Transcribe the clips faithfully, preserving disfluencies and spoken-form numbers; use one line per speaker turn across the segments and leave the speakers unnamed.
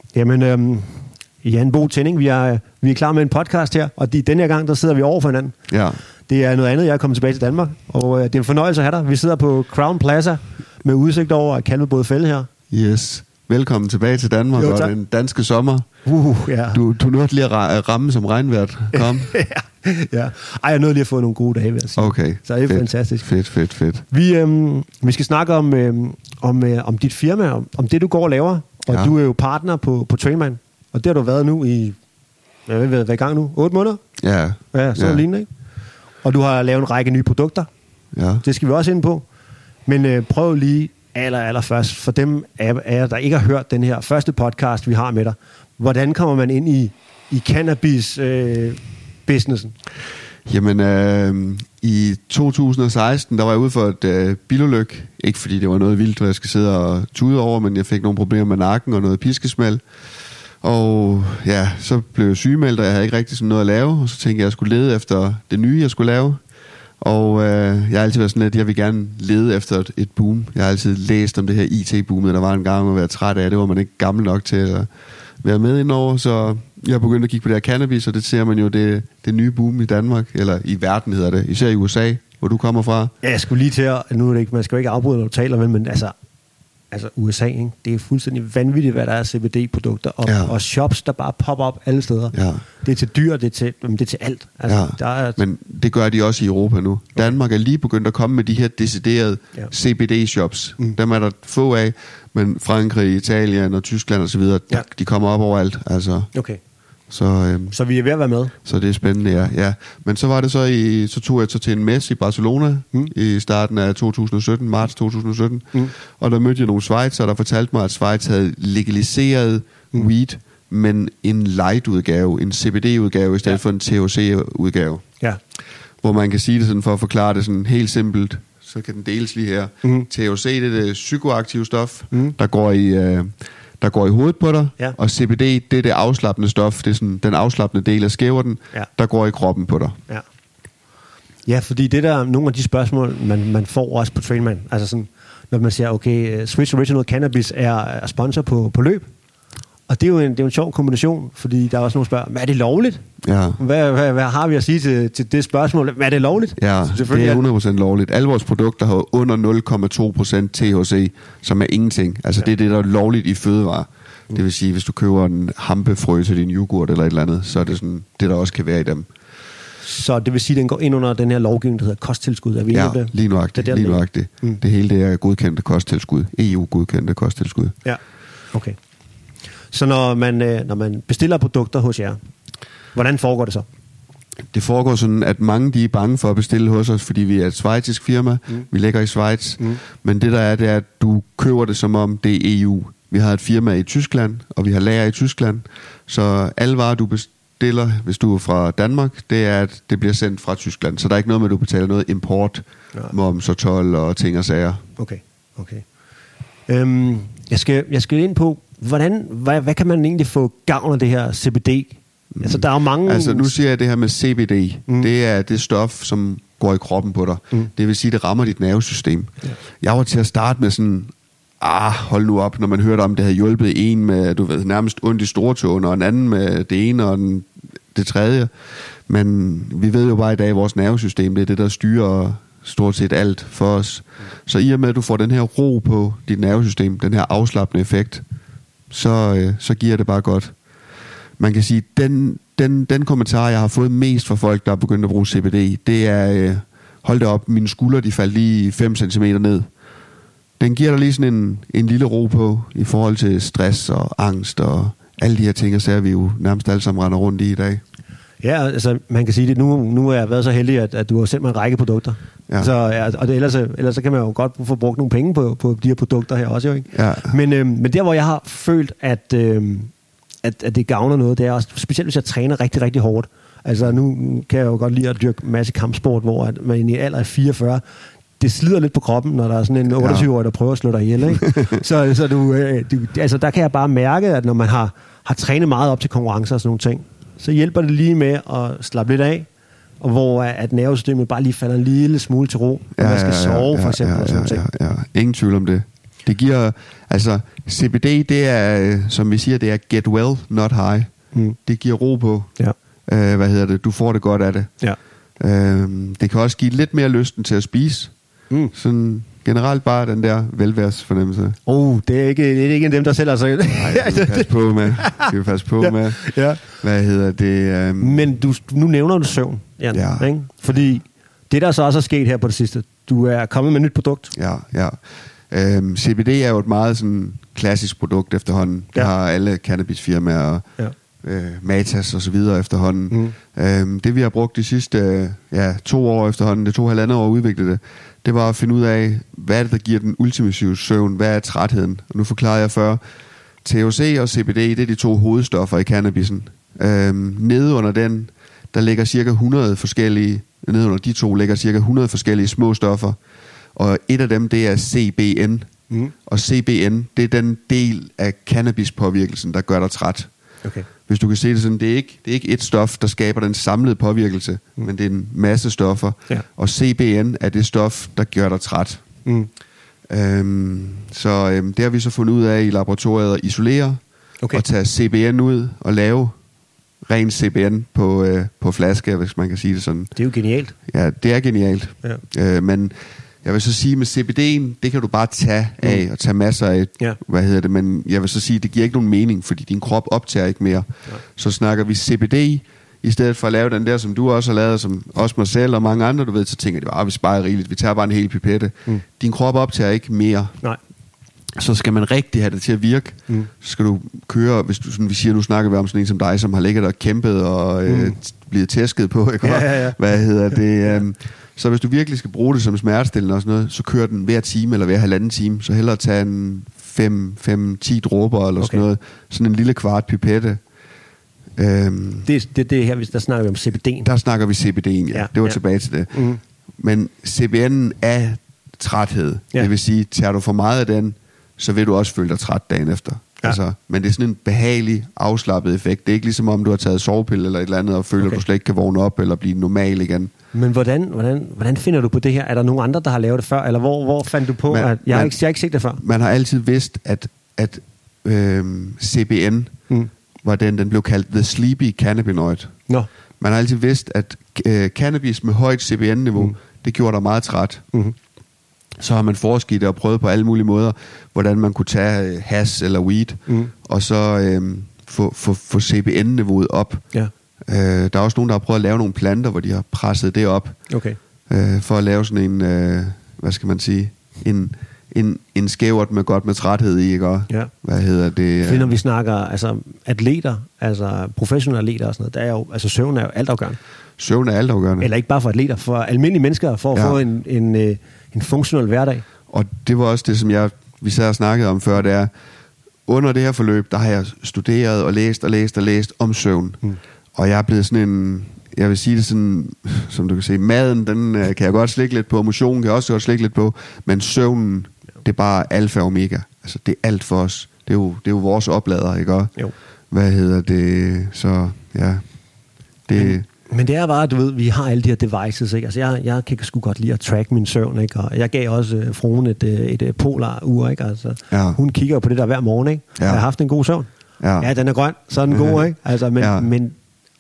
Jamen, øhm, Jan Bo Tinding, vi er, vi er klar med en podcast her, og de, denne her gang, der sidder vi over for hinanden.
Ja.
Det er noget andet, jeg er kommet tilbage til Danmark, og øh, det er en fornøjelse at have dig. Vi sidder på Crown Plaza med udsigt over Kalvebod Fælled her.
Yes. Velkommen tilbage til Danmark jo, og den danske sommer.
Uh, ja.
Du, du nåede lige at ramme som regnvært. Kom.
ja, ja. Ej, jeg nåede lige at få nogle gode dage, vil jeg sige.
Okay.
Så det er
fedt.
fantastisk.
Fedt, fedt, fedt.
Vi, øhm, vi skal snakke om, øhm, om, øh, om dit firma, om, om det, du går og laver. Og ja. Du er jo partner på, på Trainman. Og det har du været nu i, jeg ved, hvad er i gang nu? otte måneder?
Ja.
Ja, sådan
ja.
lignende, ikke? Og du har lavet en række nye produkter.
Ja.
Det skal vi også ind på. Men øh, prøv lige aller, aller først, for dem af jer, der ikke har hørt den her første podcast, vi har med dig. Hvordan kommer man ind i, i cannabis-businessen?
Øh, Jamen, øh, i to tusind og seksten, der var jeg ude for et øh, bilulykke. Ikke fordi det var noget vildt, hvor jeg skal sidde og tude over, men jeg fik nogle problemer med nakken og noget piskesmæld. Og ja, så blev jeg sygemeldt, og jeg havde ikke rigtig sådan noget at lave. Og så tænkte jeg, at jeg skulle lede efter det nye, jeg skulle lave. Og øh, jeg har altid været sådan lidt, jeg vil gerne lede efter et, et boom. Jeg har altid læst om det her I T-boomet, der var en gang at være træt af. Det var man ikke gammel nok til at være med indover. Så jeg begyndte at kigge på det her cannabis, og det ser man jo, det, det nye boom i Danmark. Eller i verden hedder det, især i U S A, hvor du kommer fra.
Ja, jeg skulle lige til at, nu er det ikke, man skal jo ikke afbryde, når du taler, vel, men altså, altså U S A, ikke? Det er fuldstændig vanvittigt, hvad der er C B D-produkter, og, ja. og shops, der bare popper op alle steder.
Ja.
Det er til dyr, det er til, det er til alt. Altså,
ja.
der er,
men det gør de også i Europa nu. Okay. Danmark er lige begyndt at komme med de her deciderede ja. C B D-shops. Mm. Dem er der få af, men Frankrig, Italien og Tyskland osv., ja. de kommer op overalt. Altså.
Okay.
Så, øhm,
så vi er ved at være med.
Så det er spændende, ja. ja. Men så var det så i, så tog jeg så til en messe i Barcelona mm. i starten af to tusind og sytten, marts to tusind og sytten. Mm. Og der mødte jeg nogle Schweizer, der fortalte mig, at Schweiz havde legaliseret mm. weed, men en light-udgave, en C B D-udgave, i stedet ja. for en T H C-udgave.
Ja.
Hvor man kan sige det sådan, for at forklare det sådan helt simpelt, så kan den deles lige her. Mm. T H C, det er det psykoaktive stof, mm. der går i... Øh, der går i hovedet på dig, ja. og C B D, det er det afslappende stof, det er sådan den afslappende del af skæverten, ja. der går i kroppen på dig.
Ja, ja, fordi det der nogle af de spørgsmål, man, man får også på Trainman, altså sådan, når man siger, okay, Switch Original Cannabis er, er sponsor på, på løb, og det er, jo en, det er jo en sjov kombination, fordi der er også nogle spørger, hvad er det lovligt?
Ja.
Hvad, hvad, hvad har vi at sige til, til det spørgsmål? Hvad er det lovligt?
Ja, det er hundrede procent lovligt. Alle vores produkter har under nul komma to procent T H C, som er ingenting. Altså ja. det er det, der er lovligt i fødevarer. Mm. Det vil sige, hvis du køber en hampefrø til din yoghurt eller et eller andet, så er det sådan, det der også kan være i dem.
Så det vil sige, at den går ind under den her lovgivning, der hedder kosttilskud. Er vi
ja,
det?
lige nuagtigt. Det, lige nuagtigt. Mm. det hele det er godkendte kosttilskud. E U-godkendte kosttilskud.
Ja, okay. Så når man, når man bestiller produkter hos jer, hvordan foregår det så?
Det foregår sådan, at mange de er bange for at bestille hos os, fordi vi er et schweizisk firma. Mm. Vi ligger i Schweiz. Mm. Men det der er, det er, at du køber det som om det er E U. Vi har et firma i Tyskland, og vi har lager i Tyskland. Så alle varer, du bestiller, hvis du er fra Danmark, det er, at det bliver sendt fra Tyskland. Så der er ikke noget med, at du betaler noget import, ja. moms og told og ting og sager.
Okay, okay. Øhm, jeg, skal, jeg skal ind på, hvordan, hvad, hvad kan man egentlig få gavn af det her C B D? Mm. Altså, der er jo mange...
Altså, nu siger jeg det her med C B D. Mm. Det er det stof, som går i kroppen på dig. Mm. Det vil sige, det rammer dit nervesystem. Ja. Jeg var til at starte med sådan... Ah, hold nu op, når man hørte om, det havde hjulpet en med, du ved, nærmest ondt i stortåen, og en anden med det ene og den, det tredje. Men vi ved jo bare i dag, at vores nervesystem, det er det, der styrer stort set alt for os. Mm. Så i og med, at du får den her ro på dit nervesystem, den her afslappende effekt, så, øh, så giver det bare godt. Man kan sige, den, den, den kommentar, jeg har fået mest fra folk, der er begyndt at bruge C B D, det er, øh, hold da op, mine skuldre, de faldt lige fem centimeter ned. Den giver dig lige sådan en, en lille ro på, i forhold til stress og angst, og alle de her ting, og så er vi jo nærmest alle sammen render rundt i i dag.
Ja, altså man kan sige det, nu, nu er jeg været så heldig, at, at du har sendt mig en række produkter. Ja. Så, ja, og det, ellers, ellers så kan man jo godt få brugt nogle penge på, på de her produkter her også, jo ikke?
Ja.
Men, øh, men der, hvor jeg har følt, at... Øh, At, at det gavner noget, det er også, specielt hvis jeg træner rigtig, rigtig hårdt. Altså nu kan jeg jo godt lide at dyrke masse kampsport, hvor at man i alder af fireogfyrre, det slider lidt på kroppen, når der er sådan en otteogtyve-årig, der prøver at slå dig ihjel, ikke? så så du, du, altså der kan jeg bare mærke, at når man har, har trænet meget op til konkurrencer og sådan nogle ting, så hjælper det lige med at slappe lidt af, og hvor at nervesystemet bare lige falder en lille smule til ro, når ja, man skal sove,
ja,
for eksempel.
Ja,
og sådan
ja,
ting.
Ja, ja. Ingen tvivl om det. Det giver, altså C B D, det er, som vi siger, det er get well, not high. Mm. Det giver ro på.
Ja.
Øh, hvad hedder det? Du får det godt af det.
Ja.
Øh, det kan også give lidt mere lysten til at spise. Mm. Sådan generelt bare den der velværsfornemmelse.
Oh, det er ikke, det er ikke en af dem, der sælger sig.
Nej, det skal vi passe på med. Det skal vi passe på
ja.
med.
Ja.
Hvad hedder det? Um...
Men du, nu nævner du søvn, Jan,
ja.
Ikke? Fordi det, der så også er sket her på det sidste, du er kommet med et nyt produkt.
Ja, ja. Øhm, C B D er jo et meget sådan klassisk produkt efterhånden. Det ja. har alle cannabisfirmaer, ja. øh, Matas og så videre efterhånden. Mm. Øhm, det vi har brugt de sidste ja, to år efterhånden, det tog halvandet år at udvikle det, det var at finde ud af, hvad er det, der giver den ultimative søvn, hvad er trætheden? Og nu forklarer jeg før, T H C og C B D, det er de to hovedstoffer i cannabisen. Øhm, nede under den, der ligger cirka hundrede forskellige, nede under de to ligger cirka hundrede forskellige små stoffer. Og et af dem, det er C B N. Mm. Og C B N, det er den del af cannabispåvirkelsen, der gør dig træt. Okay. Hvis du kan se det sådan, det er ikke, det er ikke et stof, der skaber den samlede påvirkelse, mm. men det er en masse stoffer. Ja. Og C B N er det stof, der gør dig træt. Mm. Øhm, så øhm, det har vi så fundet ud af i laboratoriet at isolere, okay. og tage C B N ud og lave ren C B N på, øh, på flaske, hvis man kan sige det sådan.
Det er jo genialt.
Ja, det er genialt. Ja. Øh, men jeg vil så sige, med C B D'en, det kan du bare tage af, mm. og tage masser af, ja. hvad hedder det, men jeg vil så sige, det giver ikke nogen mening, fordi din krop optager ikke mere. Ja. Så snakker vi C B D, i stedet for at lave den der, som du også har lavet, som også mig selv og mange andre, du ved, så tænker de, at vi sparer rigeligt, vi tager bare en hel pipette. Mm. Din krop optager ikke mere. Nej. Så skal man rigtig have det til at virke, mm. så skal du køre, hvis du sådan, vi siger, nu snakker vi om sådan en som dig, som har ligget og kæmpet og øh, mm. blevet tæsket på, ikke?
Ja, ja, ja.
Hvad hedder det? Øh, så hvis du virkelig skal bruge det som smertestillende og sådan noget, så kører den hver time eller hver halvanden time, så hellere tage en fem, fem, ti dråber eller okay. sådan noget, sådan en lille kvart pipette. Øhm,
det, det, det her, der snakker vi om C B D'en.
Der snakker vi C B D'en, ja. ja det var ja. tilbage til det. Mm. Men C B N'en er træthed. Ja. Det vil sige, tager du for meget af den, så vil du også føle dig træt dagen efter. Ja. Altså, men det er sådan en behagelig, afslappet effekt. Det er ikke ligesom om, du har taget sovepille eller et eller andet, og føler, okay. at du slet ikke kan vågne op eller blive normal igen. Men
hvordan, hvordan, hvordan finder du på det her? Er der nogen andre, der har lavet det før? Eller hvor, hvor fandt du på, man, at jeg, man, har ikke, jeg har ikke set det før?
Man har altid vidst, at, at øh, C B N mm. var den, den blev kaldt the sleepy cannabinoid. No. Man har altid vidst, at øh, cannabis med højt C B N-niveau, mm. det gjorde dig meget træt. Mm. Så har man forsket i det og prøvet på alle mulige måder, hvordan man kunne tage øh, hash eller weed, mm. og så øh, få, få, få C B N-niveauet op. Ja. Øh, der er også nogen, der har prøvet at lave nogle planter, hvor de har presset det op, okay. øh, for at lave sådan en, øh, hvad skal man sige, en, en, en skævert med godt med træthed i, ikke? Ja. Hvad hedder det?
Fordi når vi snakker altså atleter, altså professionelle atleter og sådan noget, der er jo, altså søvn er jo altafgørende.
Søvn er altafgørende.
Eller ikke bare for atleter, for almindelige mennesker, for at ja. få en, en, en, en funktionel hverdag.
Og det var også det, som jeg, vi sad og snakkede om før, det er, under det her forløb, der har jeg studeret og læst og læst og læst om søvn. Mm. Og jeg er blevet sådan en, jeg vil sige det sådan, som du kan se, maden, den uh, kan jeg godt slikke lidt på, motionen kan jeg også godt slikke lidt på, men søvnen, det er bare alfa og omega. Altså, det er alt for os. Det er jo, det er jo vores oplader, ikke? Jo. Hvad hedder det? Så, ja. Det...
Men, men det er bare, du ved, vi har alle de her devices, ikke? Altså, jeg, jeg kan sgu godt lide at track min søvn, ikke? Og jeg gav også uh, fruen et, et, et polar-ur, ikke? Altså, ja. Hun kigger på det der hver morgen, ikke? Ja. Jeg har haft en god søvn. Ja, ja, den er grøn, så er den god, ikke? Altså, men, ja. men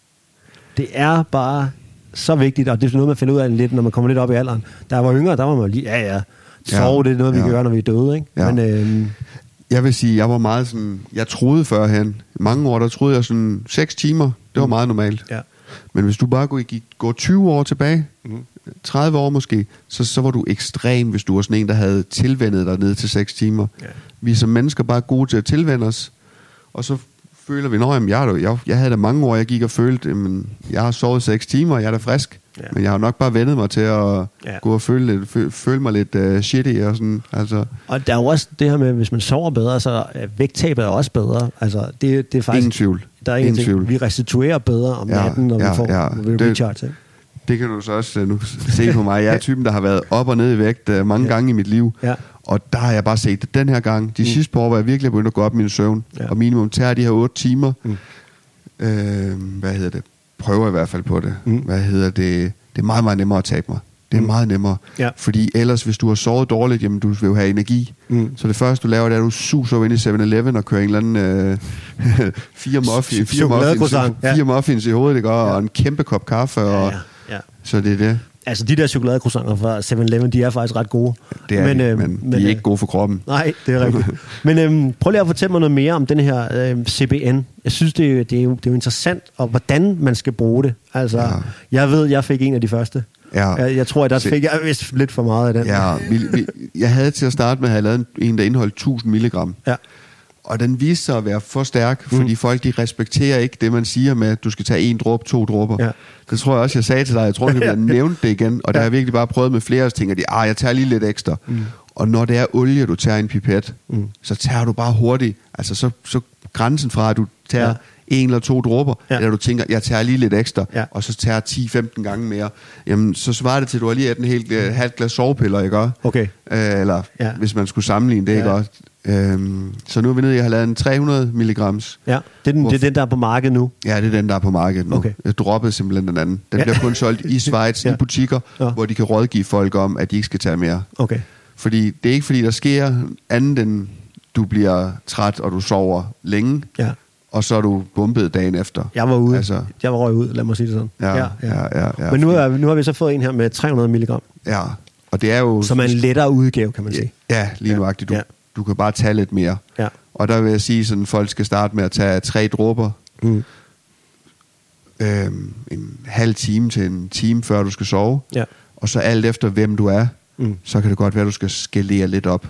det er bare så vigtigt, og det er noget, man finder ud af lidt, når man kommer lidt op i alderen. Da jeg var yngre, der var man lige, ja, ja, sove, ja, det er noget, vi ja. kan gøre, når vi er døde, ikke? Ja. Men, øhm,
jeg vil sige, jeg var meget sådan, jeg troede førhen, mange år, der troede jeg sådan, seks timer, det var meget normalt. Ja. Men hvis du bare går, går tyve år tilbage, mm. tredive år måske, så, så var du ekstrem, hvis du var sådan en, der havde tilvænnet dig ned til seks timer. Ja. Vi som mennesker bare gode til at tilvænde os, og så føler vi, nå, jamen, jeg, jeg, jeg havde da mange år, jeg gik og følte, jamen, jeg har sovet seks timer, og jeg er da frisk. Ja. Men jeg har nok bare vendet mig til at ja. gå og føle, lidt, føle, føle mig lidt uh, shitty og sådan. Altså.
Og der er jo også det her med, hvis man sover bedre, så er vægttabet også bedre. Altså, det, det er faktisk...
Ingen tvivl.
Der er ingen tvivl. Vi restituerer bedre om
ja,
natten, når
ja,
vi får
ja.
når vi
det,
recharge. Ikke?
Det kan du så også uh, nu se på mig. Jeg er typen, der har været op og ned i vægt uh, mange ja. gange i mit liv. Ja. Og der har jeg bare set det den her gang. De mm. sidste par år var jeg virkelig begyndt at gå op i min søvn. Ja. Og minimum tager de her otte timer. Mm. Øh, hvad hedder det? Prøver i hvert fald på det. Mm. Hvad hedder det? Det er meget, meget nemmere at tabe mig. Det er
mm.
meget nemmere.
Ja.
Fordi ellers, hvis du har sovet dårligt, jamen du vil jo have energi. Mm. Så det første, du laver, det er, at du suser ind i seven eleven og kører en eller anden øh, fire, muffin, fire, muffins, ja. fire muffins i hovedet, det gør, ja. Og en kæmpe kop kaffe. Og, ja, ja. Ja. Så det er det.
Altså, de der chokoladecroissanter fra seven eleven, de er faktisk ret gode.
Det er men, de, øh, men, men de er øh, ikke gode for kroppen. Nej,
det er rigtigt. Men øh, prøv lige at fortælle mig noget mere om den her øh, C B N. Jeg synes, det er, det, er jo, det er jo interessant, og hvordan man skal bruge det. Altså, ja. Jeg ved, jeg fik en af de første. Ja. Jeg, jeg tror, at der fik jeg vist lidt for meget af den.
Ja, vi, vi, jeg havde til at starte med at have lavet en, der indeholdt tusind milligram. Ja. Og den viste sig at være for stærk, fordi mm. folk de respekterer ikke det, man siger med, at du skal tage en dråbe, to dråber. Ja. Det tror jeg også, jeg sagde til dig. Jeg tror, at jeg nævnte det igen. Og der har jeg virkelig bare prøvet med flere, og så tænker de, ah, jeg tager lige lidt ekstra. Mm. Og når det er olie, du tager en pipet, mm. så tager du bare hurtigt. Altså, så, så grænsen fra, at du tager ja. en eller to dråber, ja. eller du tænker, jeg tager lige lidt ekstra, ja. og så tager ti femten gange mere, jamen, så svarer det til, at du har lige et en helt uh, halvt glas sovepiller, ikke? Okay. Uh, eller ja. hvis man skulle sammenligne det, ja. ikke? Øhm, så nu er vi nede i at have lavet en tre hundrede milligrams.
Ja, det er, den, det er den, der er på markedet nu.
Ja, det er den, der er på markedet nu. Okay. Jeg droppede simpelthen den anden. Den ja. bliver kun solgt i Schweiz, ja. i butikker, ja. hvor de kan rådgive folk om, at de ikke skal tage mere. Okay. Fordi det er ikke fordi, der sker andet end, du bliver træt, og du sover længe, ja. og så er du bumpet dagen efter.
Jeg var ude. Altså, jeg var røg ud, lad mig sige det sådan.
Ja, ja, ja. ja, ja
Men nu, er, nu har vi så fået en her med tre hundrede milligram.
Ja, og det er jo...
Som er en lettere udgave, kan man sige.
Ja, lige nuagtigt. Du, ja. du kan bare tage lidt mere. Ja. Og der vil jeg sige, sådan folk skal starte med at tage tre dråber. Mm. Øhm, en halv time til en time, før du skal sove. Ja. Og så alt efter, hvem du er, mm. så kan det godt være, at du skal skalere lidt op.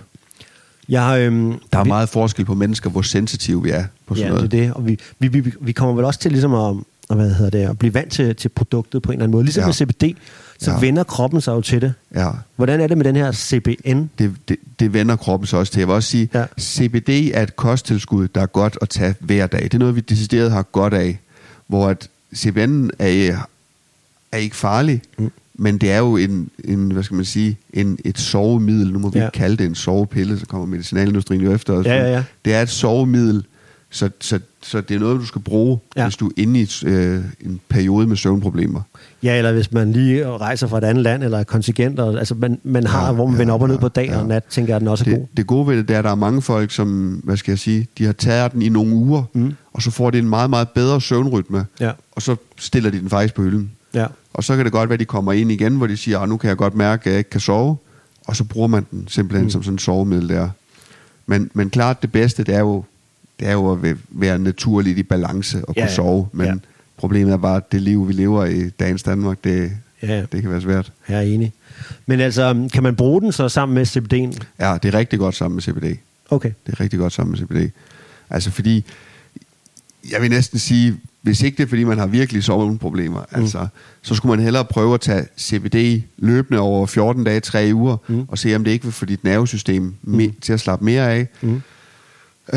Jeg, øhm, der er vi, meget forskel på mennesker, hvor sensitive vi er på sådan
ja,
noget.
Ja, det er det. Og vi, vi, vi, vi kommer vel også til ligesom at, hvad hedder det, at blive vant til, til produktet på en eller anden måde. Ligesom ja. med C B D, så ja. vender kroppen sig jo til det. Ja. Hvordan er det med den her C B N?
Det, det, det vender kroppen sig også til. Jeg vil også sige, ja. C B D er et kosttilskud, der er godt at tage hver dag. Det er noget, vi decideret har godt af. Hvor at C B N'en er, er ikke farlig, mm. men det er jo en, en hvad skal man sige, en, et sovemiddel. Nu må vi ja. ikke kalde det en sovepille, så kommer medicinalindustrien jo efter os. Ja, ja, ja. Det er et sovemiddel, så, så, så det er noget, du skal bruge, ja. hvis du er inde i øh, en periode med søvnproblemer.
Ja, eller hvis man lige rejser fra et andet land, eller er kontingent, og, altså man, man har, ja, hvor man ja, vender op og ned på dag ja. og nat, tænker jeg, den også er
det,
god.
Det gode ved det, det er, at der er mange folk, som, hvad skal jeg sige, de har taget den i nogle uger, mm. og så får de en meget, meget bedre søvnrytme, ja. og så stiller de den faktisk på hylden. Ja. Og så kan det godt være, at de kommer ind igen, hvor de siger, ah, nu kan jeg godt mærke, at jeg ikke kan sove, og så bruger man den simpelthen mm. som sådan en sovemiddel der. Men, men klart, det bedste, det er jo, det er jo at være naturligt i balance og ja, kunne sove, men ja. problemet er bare, at det liv, vi lever i dagens Danmark, det, ja. det kan være svært.
Jeg er enig. Men altså, kan man bruge den så sammen med C B D'en?
Ja, det er rigtig godt sammen med C B D.
Okay.
Det er rigtig godt sammen med C B D. Altså fordi, jeg vil næsten sige, hvis ikke det er, fordi man har virkelig søvnproblemer, mm. altså, så skulle man hellere prøve at tage C B D løbende over fjorten dage, tre uger, mm. og se, om det ikke vil få dit nervesystem mm. me- til at slappe mere af. Mm. Øh,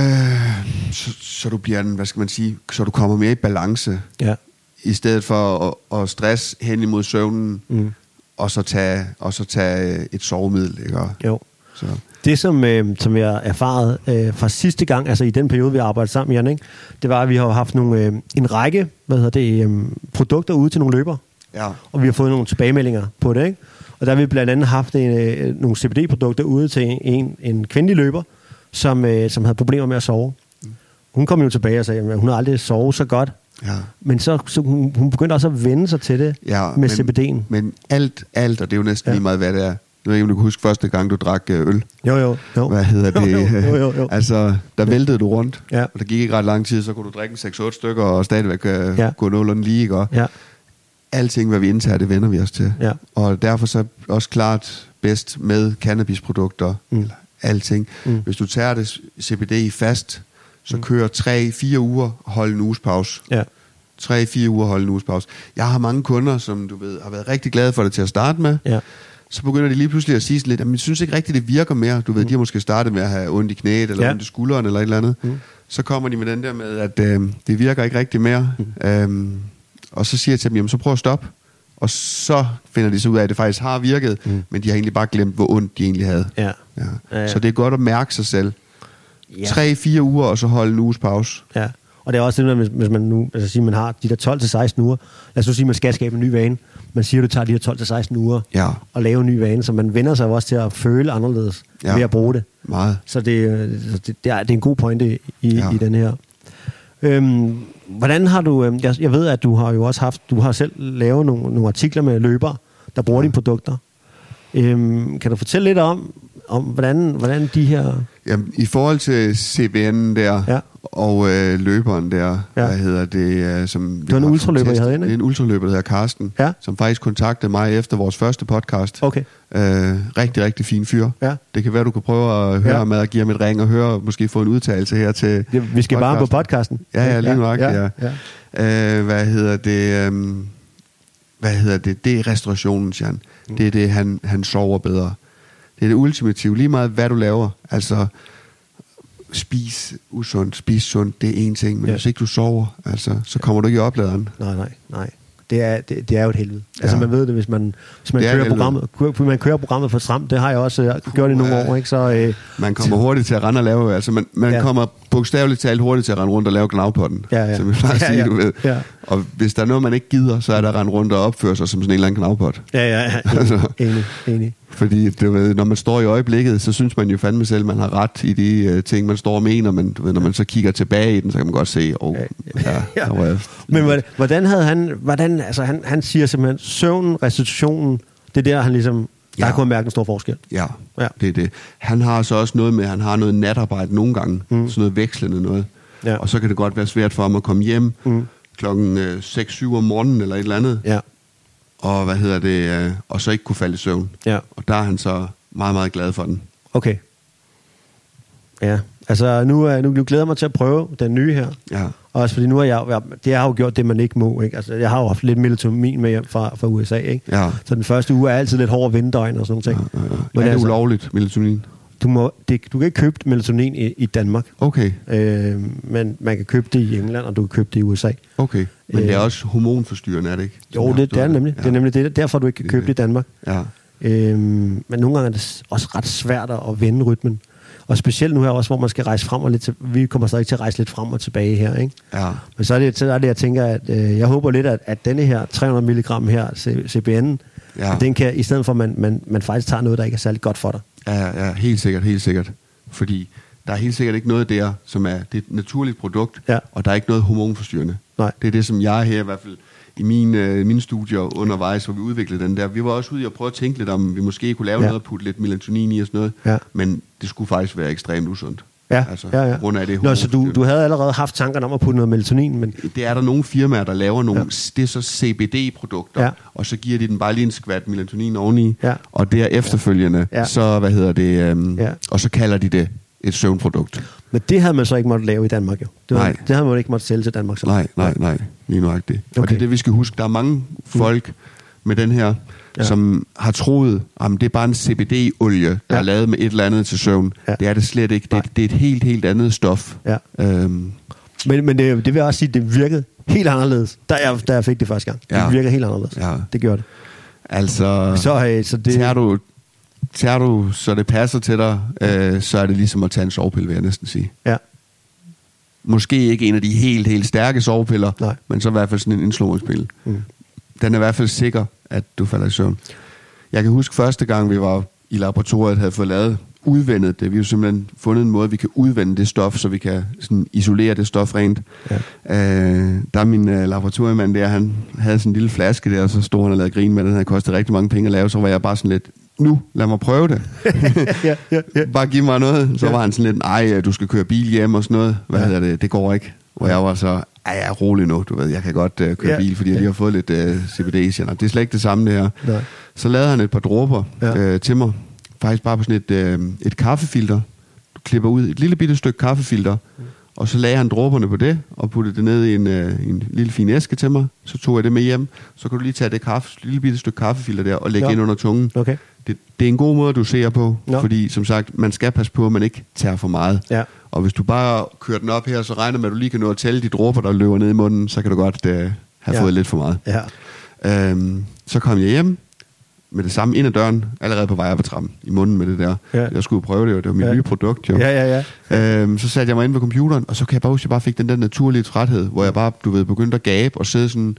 så, så du bliver en, hvad skal man sige, så du kommer mere i balance, ja. i stedet for at, at stress hen imod søvnen, mm. og, så tage, og så tage et sovemiddel, ikke?
Jo. Så. Det, som, øh, som jeg har erfaret øh, fra sidste gang, altså i den periode, vi har arbejdet sammen, Jan, ikke? Det var, at vi har haft nogle, øh, en række hvad hedder det, øh, produkter ude til nogle løbere, ja. og vi har fået nogle tilbagemeldinger på det, ikke? Og der har vi blandt andet haft en, øh, nogle C B D-produkter ude til en, en kvindelig løber, som, øh, som havde problemer med at sove. Mm. Hun kom jo tilbage og sagde, at hun har aldrig sovet så godt. Ja. Men så, så hun, hun begyndte også at vende sig til det ja, med C B D'en.
Men alt, alt, og det er jo næsten ja. lige meget, hvad det er. Jeg ved ikke, om du kan huske første gang, du drak øl.
Jo, jo. jo.
Hvad hedder det?
Jo, jo, jo, jo.
Altså, der væltede du rundt, ja. og der gik ikke ret lang tid, så kunne du drikke seks otte stykker, og stadigvæk uh, ja. gå nogenlunde lige, ikke? Ja. Alting, hvad vi indtager, det vender vi os til. Ja. Og derfor så også klart bedst med cannabisprodukter, mm. eller alting. Mm. Hvis du tager det C B D i fast, så mm. kører tre fire uger, hold en uges pause. Ja. tre fire uger, hold en uges pause. Jeg har mange kunder, som du ved, har været rigtig glade for det til at starte med. Ja. Så begynder de lige pludselig at sige lidt, at jeg synes ikke rigtigt, det virker mere. Du ved, mm. de har måske startet med at have ondt i knæet, eller ja. ondt i skulderen, eller et eller andet. Mm. Så kommer de med den der med, at øh, det virker ikke rigtig mere. Mm. Øhm, og så siger jeg til dem, jamen så prøv at stoppe. Og så finder de så ud af, at det faktisk har virket, mm. men de har egentlig bare glemt, hvor ondt de egentlig havde. Ja. Ja. Ja, ja. Så det er godt at mærke sig selv. Ja. Tre, fire uger, og så holde en uges pause. Ja. Og det er også det, hvis man nu, altså sige, man har de der tolv til seksten uger, lad os nu sige, at man skal skabe en ny vane.
man siger, at du tager de her tolv til seksten uger
ja.
og lave en ny vane, så man vender sig også til at føle anderledes ja. ved at bruge det.
Meget.
Så det, det, det, er, det er en god pointe i,
ja.
i den her. Øhm, hvordan har du, jeg, jeg ved, at du har jo også haft, du har selv lavet nogle, nogle artikler med løbere, der bruger ja. dine produkter. Øhm, kan du fortælle lidt om, om hvordan, hvordan de her...
Jamen, i forhold til C B N'en der, ja. og øh, løberen der, ja. hvad hedder det? Øh, som
det var en ultraløber, jeg havde inde,
ikke? Det er en ultraløber, der hedder Karsten, ja. som faktisk kontaktede mig efter vores første podcast.
Okay.
Øh, rigtig, rigtig fin fyr.
Ja. Det
kan være, du kan prøve at høre ja. med at give ham et ring og høre, måske få en udtalelse her til
det, vi skal podcasten. Bare på podcasten.
Ja, ja, lige nok, ja. ja. ja. Øh, hvad hedder det? Øh, hvad hedder det? Det er restaurationen, Jan. Mm. Det er det, han, han sover bedre. Det er det ultimative. Lige meget, hvad du laver. Altså, spis usundt, spis sundt, det er en ting. Men ja. hvis ikke du sover, altså, så kommer du ikke i opladeren.
Nej, nej, nej. Det er, det, det er jo et helvede. Ja. Altså, man ved det, hvis man, hvis man, kører, programmet, kører, man kører programmet for stramt. Det har jeg også uh, gjort i nogle år. Ikke? Så, øh,
man kommer hurtigt til at rende og lave... Altså, man, man ja. kommer bogstaveligt talt hurtigt til at rende rundt og lave knavpotten. Ja, ja. Som jeg plejer at sige, ja, ja. du ved. Ja. Og hvis der er noget, man ikke gider, så er der at rende rundt og opføre sig som sådan en eller anden knavpot.
Ja, ja, ja. Enig, altså, enig, enig.
Fordi du ved, når man står i øjeblikket, så synes man jo fandme selv, man har ret i de uh, ting, man står og mener, men du ved, når man så kigger tilbage i den, så kan man godt se, åh, oh, ja, ja, ja. Der var
men hvordan havde han, hvordan, altså han, han siger simpelthen, søvnen, restitutionen, det er der, han ligesom, der ja. kunne mærke en stor forskel.
Ja, ja, det er det. Han har så også noget med, han har noget natarbejde nogle gange, mm. sådan noget vekslende noget, ja. og så kan det godt være svært for ham at komme hjem mm. klokken øh, seks syv om morgenen, eller et eller andet, ja. og hvad hedder det, øh, og så ikke kunne falde i søvn. Ja. Og der er han så meget, meget glad for den.
Okay. Ja, altså nu, nu, nu glæder jeg mig til at prøve den nye her. Ja. Også fordi nu har jeg, det har jo gjort det, man ikke må. Ikke? Altså, jeg har jo haft lidt melatonin med hjem fra, fra U S A. Ikke? Ja. Så den første uge er altid lidt hård vinterdøgn og sådan noget. Ja, ja, ja.
Men er det altså, ulovligt, melatonin?
Du, må, det, du kan ikke købe melatonin i, i Danmark.
Okay.
Øh, men man kan købe det i England, og du kan købe det i U S A.
Okay. Men øh, det er også hormonforstyrrende, er det ikke?
Jo, det, det er nemlig. Ja. Det er nemlig det, derfor, du ikke kan købe det i Danmark. Ja. Øh, men nogle gange er det også ret svært at vende rytmen. Og specielt nu her også, hvor man skal rejse frem og lidt til, vi kommer stadig til at rejse lidt frem og tilbage her, ikke? Ja. Men så er det, så er det jeg tænker, at øh, jeg håber lidt, at, at denne her tre hundrede milligram her, C B N'en, ja. den kan, i stedet for, at man, man, man faktisk tager noget, der ikke er særlig godt for dig.
Ja, ja, helt sikkert, helt sikkert. Fordi der er helt sikkert ikke noget der, som er, det er et naturligt produkt, ja. og der er ikke noget hormonforstyrrende. Nej. Det er det, som jeg her i hvert fald, i mine, øh, mine studier undervejs, hvor vi udviklede den der. Vi var også ude i at prøve at tænke lidt om, vi måske kunne lave ja. noget og putte lidt melatonin i og sådan noget. Ja. Men det skulle faktisk være ekstremt usundt.
Ja, altså, ja, ja.
Grund af det.
Nå, så du, du havde allerede haft tankerne om at putte noget melatonin? Men...
Det er der nogle firmaer, der laver nogle, ja. det er så C B D-produkter, ja. og så giver de den bare lige en skvat melatonin oveni, ja. og det er efterfølgende, ja. så, hvad hedder det, øhm, ja. og så kalder de det et søvnprodukt.
Men det havde man så ikke måttet lave i Danmark, jo. Det, var, det havde man ikke måttet sælge til Danmark. Så.
Nej, nej, nej. Lige nøjagtigt. Okay. Og det er det, vi skal huske. Der er mange folk mm. med den her, ja. som har troet, at det er bare en C B D-olie, der ja. er lavet med et eller andet til søvn. Ja. Det er det slet ikke. Det, det er et helt, helt andet stof. Ja. Øhm.
Men, men det, det vil også sige, at det virkede helt anderledes, da jeg, da jeg fik det første gang. Ja. Det virker helt anderledes. Ja. Det gjorde det.
Altså,
så, øh, så det...
tager du... Tager du, så det passer til dig, øh, så er det ligesom at tage en sovepille, vil jeg næsten sige. Ja. Måske ikke en af de helt, helt stærke sovepiller, nej. men så i hvert fald sådan en indslåningspille. Mm. Den er i hvert fald sikker, at du falder i søvn. Jeg kan huske første gang, vi var i laboratoriet, havde fået lavet udvendet det. Vi har simpelthen fundet en måde, vi kan udvende det stof, så vi kan sådan isolere det stof rent. Ja. Øh, der er min øh, laboratoriemand der, han havde sådan en lille flaske der, og så stod han og lavede grin med den. Den havde kostet rigtig mange penge at lave, så var jeg bare sådan lidt, nu, lad mig prøve det. ja, ja, ja. Bare giv mig noget. Så ja. var han sådan lidt, ej, du skal køre bil hjem og sådan noget. Hvad ja. hedder det? Det går ikke. Og jeg var så, ej, jeg er rolig nu, du ved, jeg kan godt uh, køre ja. bil, fordi jeg lige har fået lidt uh, C B D-gener. Det er slet ikke det samme, det her. Nej. Så lavede han et par dråber ja. uh, til mig. Faktisk bare på sådan et, uh, et kaffefilter. Du klipper ud et lille bitte stykke kaffefilter, mm. og så lagde han dråberne på det, og puttede det ned i en, uh, en lille fin æske til mig. Så tog jeg det med hjem. Så kan du lige tage det kaffe, lille bitte stykke kaffefilter der, og lægge ja. ind under tungen. Okay. Det, det er en god måde, du ser på, no. fordi som sagt, man skal passe på, at man ikke tager for meget. Ja. Og hvis du bare kører den op her, så regner med, at du lige kan nå at tælle de dråber, der løber ned i munden, så kan du godt uh, have ja. fået lidt for meget. Ja. Øhm, så kom jeg hjem med det samme ind ad døren, allerede på vej op ad trappen, i munden med det der. Ja. Jeg skulle prøve det, jo. Det var mit ja. nye produkt. Jo. Ja, ja, ja. Øhm, så satte jeg mig ind ved computeren, og så kan jeg bare huske, at jeg bare fik den der naturlige træthed, hvor jeg bare, du ved, begyndte at gabe og sidde sådan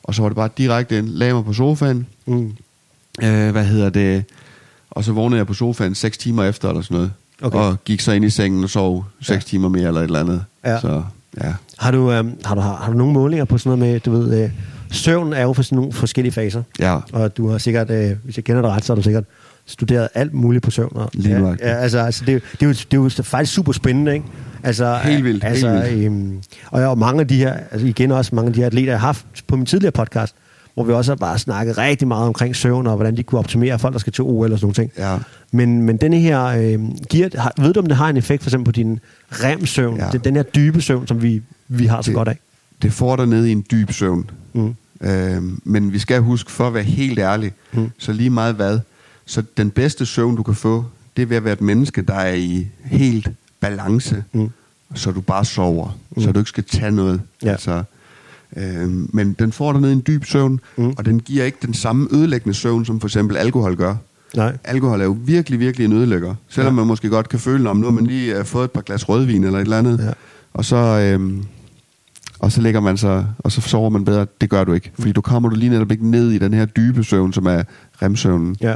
Og så var det bare direkte ind, lagde mig på sofaen.
Mm.
Øh, hvad hedder det? Og så vågnede jeg på sofaen seks timer efter, eller sådan noget. Okay. Og gik så ind i sengen og sov seks ja. timer mere, eller et eller andet.
Ja.
Så, ja.
Har du, øh, har, du, har, har du nogle målinger på sådan noget med, du ved, øh, søvn er jo for sådan nogle forskellige faser.
Ja.
Og du har sikkert, øh, hvis jeg kender dig ret, så har du sikkert studeret alt muligt på søvn. Og,
Lige
ja, ja, altså, altså det, det, er jo, det er jo faktisk super spændende, ikke? Altså,
helt vildt,
altså,
helt vildt.
Øhm, og, ja, og mange af de her, altså igen også mange af de her atleter, jeg har haft på min tidligere podcast, hvor vi også har bare snakket rigtig meget omkring søvn, og hvordan de kunne optimere folk, der skal til O L og sådan nogle ting.
Ja.
Men, men denne her, øh, giver, har, ved du om det har en effekt for eksempel på din rem-søvn?
Ja.
Det, den her dybe søvn, som vi, vi har så
det,
godt af.
Det får dig ned i en dyb søvn.
Mm.
Øhm, men vi skal huske, for at være helt ærlig, mm. så lige meget hvad, så den bedste søvn, du kan få, det er ved at være et menneske, der er i helt balance, mm. så du bare sover, mm. så du ikke skal tage noget. Ja. Altså, øhm, men den får dig ned i en dyb søvn, mm. og den giver ikke den samme ødelæggende søvn, som for eksempel alkohol gør.
Nej.
Alkohol er jo virkelig, virkelig en ødelægger. Selvom ja. man måske godt kan føle, om nu har man lige uh, fået et par glas rødvin eller et eller andet, ja. og så... Øhm, Og så lægger man sig, og så sover man bedre. Det gør du ikke. Fordi du kommer du lige netop ikke ned i den her dybe søvn, som er remsøvnen. Ja.